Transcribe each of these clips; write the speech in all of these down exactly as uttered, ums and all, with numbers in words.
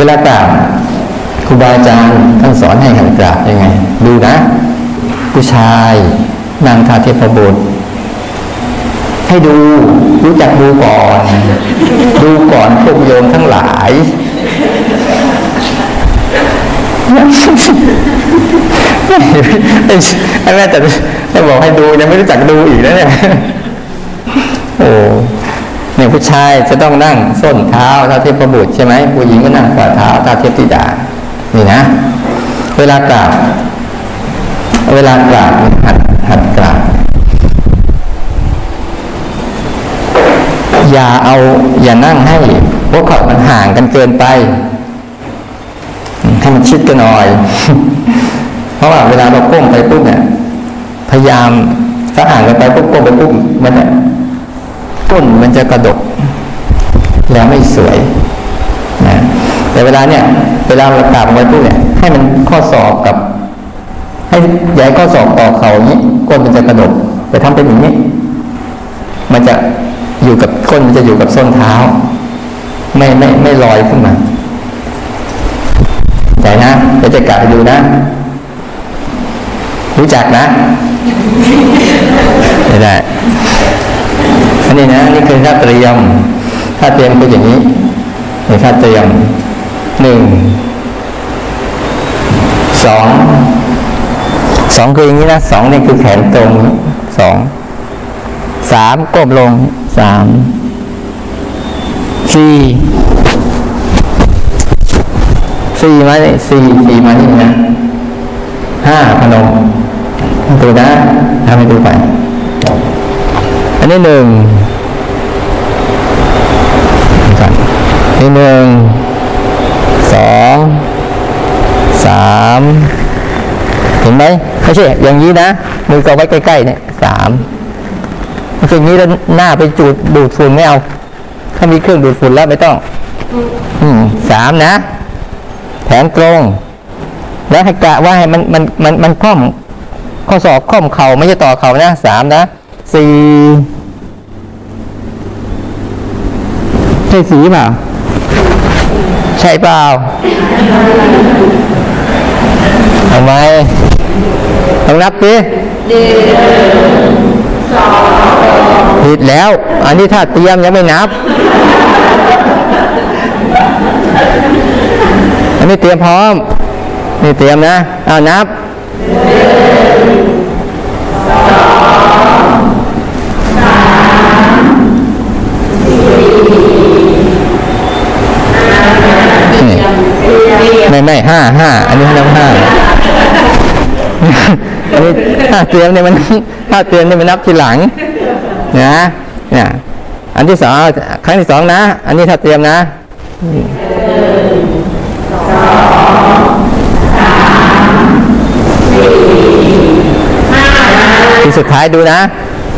ลากราบครูบาอาจารย์ท่านสอนให้หันกราบยังไงดูนะผู้ชายนางทาเทพบุตรให้ดูรู้จักดูก่อนดูก่อนพวกโยมทั้งหลายไอ้แม่แต่ให้บอกให้ดูยังไม่รู้จักดูอีกแล้วเนี่ยโอ้เนี่ยผู้ชายจะต้องนั่งส้นเท้าเท้าเทพบุตรใช่ไหมผู้หญิงก็นั่งฝ่าเท้าเท้าเทพธิดานี่นะเวลากราบเวลากราบหัดหัดกราบอย่าเอาอย่านั่งให้พวกเขามันห่างกันเกินไปให้มันชิดกันหน่อยเพราะว่าเวลาเราก้มไปปุ๊บเนี่ยพยายามถ้าห่างกันไปปุ๊บก้มไปปุ๊บมันเนี่ยก้นมันจะกระดกแล้วไม่สวยนะแต่เวลาเนี่ยเวลาเรากราบไว้ปุ๊บเนี่ยให้มันข้อศอกกับให้ย้ายข้อศอกต่อเข่าอย่างนี้ก้นมันจะกระดกแต่ทำเป็นอย่างนี้มันจะอยู่กับก้นมันจะอยู่กับส้นเท้าไม่ไม่ไม่ลอยขึ้นมาใจนะเดี๋ยวจะกลับไปดูนะรู้จักนะไม่ได้อันนี้นะนี่คือท่าเตรียมท่าเตรียมคืออย่างนี้นี่ท่าเตรียมหนึ่งสองสองคืออย่างนี้นะสองนี่คือแขนตรงสองสามก้มลงสามสี่สี่มาเนี่ยสี่สี่มานี่นะห้าพนมดูนะทำให้ดูไปอันนี้หนึ่งนี่หนึ่งสองสามเห็นไหมไม่ใช่อย่างนี้นะมือก็ไว้ใกล้ๆเนี่ยสามไม่ใช่อย่างนี้แล้วหน้าไปจูดดูดฝุ่นไม่เอาถ้ามีเครื่องดูดฝุ่นแล้วไม่ต้องอืมสามนะแขนตรงแล้วให้กะว่าให้มันมันมันมันคล่อมข้อศอกคล่อมเข่าไม่ใช่ต่อเข่านะสามนะสี่ใช่สีเปล่าใช่เปล่าทำไมต้องนับดิผิดแล้วอันนี้ถ้าเตรียมยังไม่นับอันนี้เตรียมพร้อมนี่เตรียมนะเอานับไม่ไม่ห้าห้าอันนี้นับห้าอันนี้ถ้าเตรียมเนี่ยมันถ้าเตรียมเนี่ยมันนับทีหลังนะเนี่ยอันที่สองครั้งที่สองนะอันนี้ถ้าเตรียมนะทีสุดท้ายดูนะ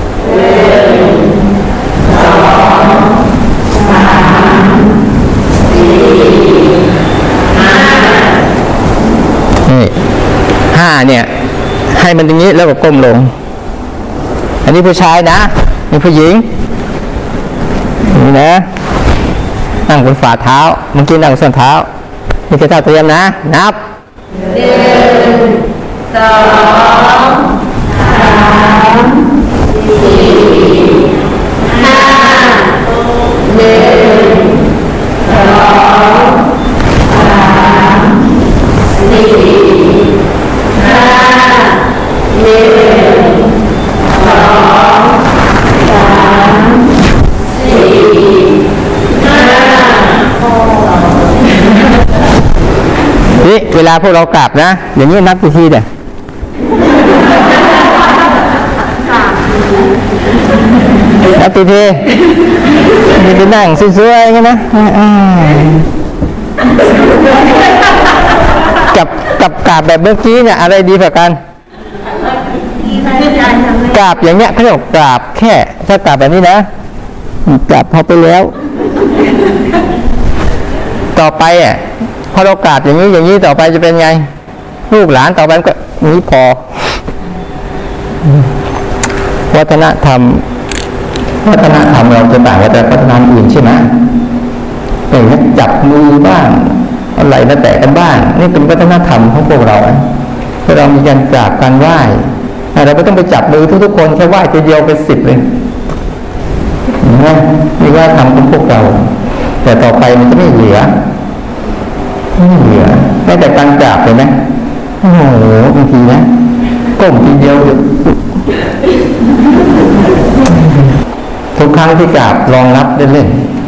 นี่ห้าเนี่ยให้มันอย่างนี้แล้วก็ก้มลงอันนี้ผู้ชายนะนี่ผู้หญิงนี่นะนั่งบนฝ่าเท้าเมื่อกี้นั่งบนส้นเท้านี่คือท่าเตรียมนะนับหนึ่งสองสามสี่ห้าหนึ่งสองสามสี่ห้าหนึ่งสองสามสี่ห้านี่เวลาพวกเรากลับนะอย่างนี้นับกี่ทีเนี่ยนับกี่ทีนี่ไปนั่งสวยๆงั้นนะกับกับกราบแบบเมื่อกี้เนี่ยอะไรดีกว่ากันกราบอย่างเงี้ยเขาเรียกกราบแค่ถ้ากราบแบบนี้นะกราบพอไปแล้วต่อไปอ่ะพอเรากราบอย่างนี้อย่างนี้ต่อไปจะเป็นไงลูกหลานต่อไปก็นี้พอวัฒนธรรมวัฒนธรรมเราจะต่างกับวัฒนธรรมอื่นใช่ไหมอย่างนี้จับมือบ้างเอาไหล่มาแตะกันบ้างนี่เป็นวัฒนธรรมของพวกเราพวกเรามีการกราบการไหว้เราไม่ต้องไปจับมือทุกๆคนแค่ไหว้ทีเดียวไปสิบเลยนะนี่ว่าทำของพวกเราแต่ต่อไปมันจะไม่เหลือไม่เหลือแม้แต่การกราบเลยนะโอ้โหบางทีนะก้มทีเดียวทุกครั้งที่กราบลองนับเล่นๆ